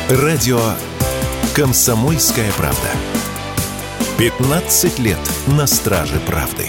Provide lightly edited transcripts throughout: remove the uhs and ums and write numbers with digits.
Радио «Комсомольская правда». 15 лет на страже правды.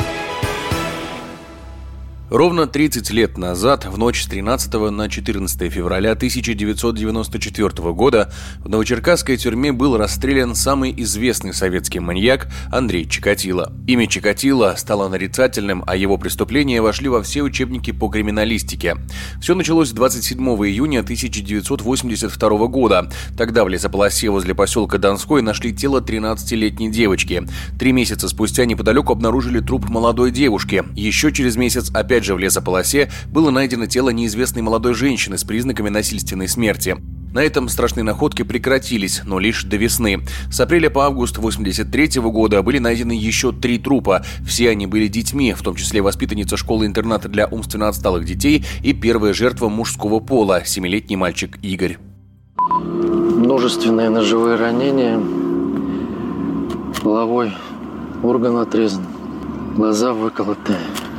Ровно 30 лет назад, в ночь с 13 на 14 февраля 1994 года, в новочеркасской тюрьме был расстрелян самый известный советский маньяк Андрей Чикатило. Имя Чикатило стало нарицательным, а его преступления вошли во все учебники по криминалистике. Все началось 27 июня 1982 года. Тогда в лесополосе возле поселка Донской нашли тело 13-летней девочки. 3 месяца спустя неподалеку обнаружили труп молодой девушки. Еще через месяц опять же в лесополосе было найдено тело неизвестной молодой женщины с признаками насильственной смерти. На этом страшные находки прекратились, но лишь до весны. С апреля по август 1983 года были найдены еще 3 трупа. Все они были детьми, в том числе воспитанница школы-интерната для умственно отсталых детей и первая жертва мужского пола – 7-летний мальчик Игорь. Множественные ножевые ранения, половой орган отрезан, глаза выколоты.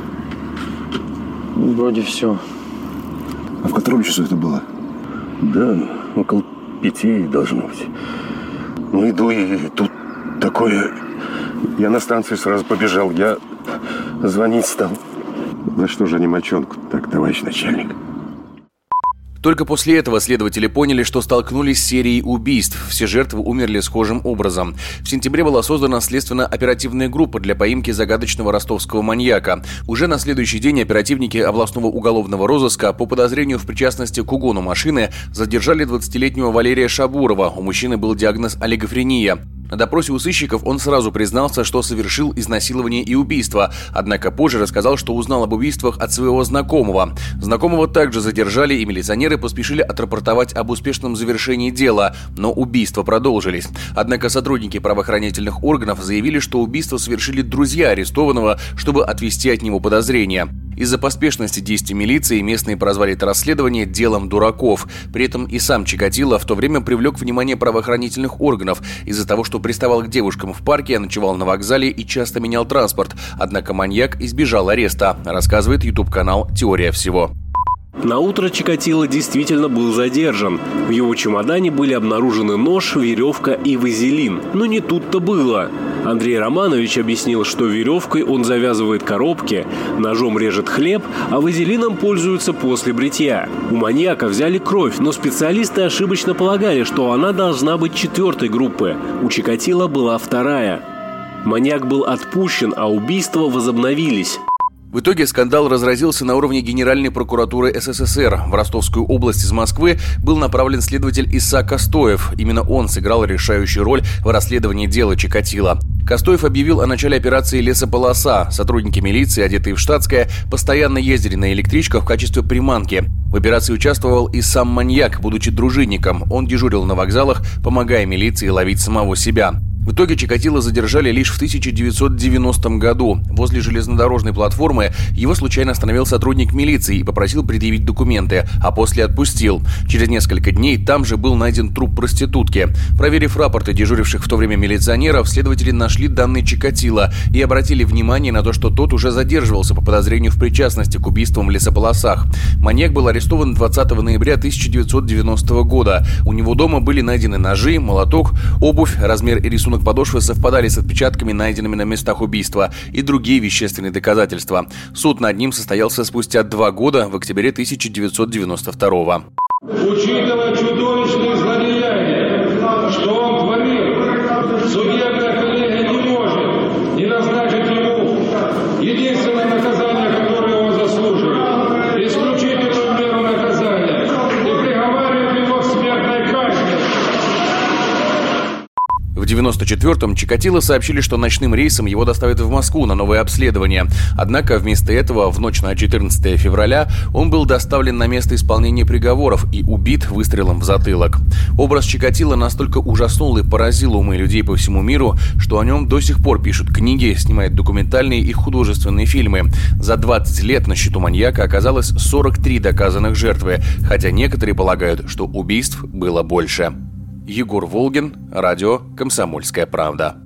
Вроде все. А в котором часу это было? Да, около 5 должно быть. Ну, иду, и тут такое... Я на станцию сразу побежал, я звонить стал. Да что же они мальчонку так, товарищ начальник? Только после этого следователи поняли, что столкнулись с серией убийств. Все жертвы умерли схожим образом. В сентябре была создана следственно-оперативная группа для поимки загадочного ростовского маньяка. Уже на следующий день оперативники областного уголовного розыска по подозрению в причастности к угону машины задержали 20-летнего Валерия Шабурова. У мужчины был диагноз олигофрения. На допросе у сыщиков он сразу признался, что совершил изнасилование и убийство, однако позже рассказал, что узнал об убийствах от своего знакомого. Знакомого также задержали, и милиционеры поспешили отрапортовать об успешном завершении дела, но убийства продолжились. Однако сотрудники правоохранительных органов заявили, что убийство совершили друзья арестованного, чтобы отвести от него подозрения. Из-за поспешности действий милиции местные прозвали это расследование «делом дураков». При этом и сам Чикатило в то время привлек внимание правоохранительных органов из-за того, что приставал к девушкам в парке, ночевал на вокзале и часто менял транспорт. Однако маньяк избежал ареста, рассказывает YouTube-канал «Теория всего». Наутро Чикатило действительно был задержан. В его чемодане были обнаружены нож, веревка и вазелин. Но не тут-то было. Андрей Романович объяснил, что веревкой он завязывает коробки, ножом режет хлеб, а вазелином пользуются после бритья. У маньяка взяли кровь, но специалисты ошибочно полагали, что она должна быть 4-й группы. У Чикатило была 2-я. Маньяк был отпущен, а убийства возобновились. В итоге скандал разразился на уровне Генеральной прокуратуры СССР. В Ростовскую область из Москвы был направлен следователь Иса Костоев. Именно он сыграл решающую роль в расследовании дела Чикатило. Костоев объявил о начале операции «Лесополоса». Сотрудники милиции, одетые в штатское, постоянно ездили на электричках в качестве приманки. В операции участвовал и сам маньяк, будучи дружинником. Он дежурил на вокзалах, помогая милиции ловить самого себя. В итоге Чикатило задержали лишь в 1990 году. Возле железнодорожной платформы его случайно остановил сотрудник милиции и попросил предъявить документы, а после отпустил. Через несколько дней там же был найден труп проститутки. Проверив рапорты дежуривших в то время милиционеров, следователи нашли данные Чикатило и обратили внимание на то, что тот уже задерживался по подозрению в причастности к убийствам в лесополосах. Маньяк был арестован 20 ноября 1990 года. У него дома были найдены ножи, молоток, обувь, размер и рисунок подошвы совпадали с отпечатками, найденными на местах убийства, и другие вещественные доказательства. Суд над ним состоялся спустя 2 года, в октябре 1992. Учитывая чудовищные злодеяния, что он творил, судебная коллегия не может не назначить ему единственное наказание, которое он заслуживает, исключительную меру наказания, и приговаривает его к смертной казни. В 1994-м Чикатило сообщили, что ночным рейсом его доставят в Москву на новое обследование. Однако вместо этого в ночь на 14 февраля он был доставлен на место исполнения приговоров и убит выстрелом в затылок. Образ Чикатило настолько ужаснул и поразил умы людей по всему миру, что о нем до сих пор пишут книги, снимают документальные и художественные фильмы. За 20 лет на счету маньяка оказалось 43 доказанных жертвы, хотя некоторые полагают, что убийств было больше. Егор Волгин, радио «Комсомольская правда».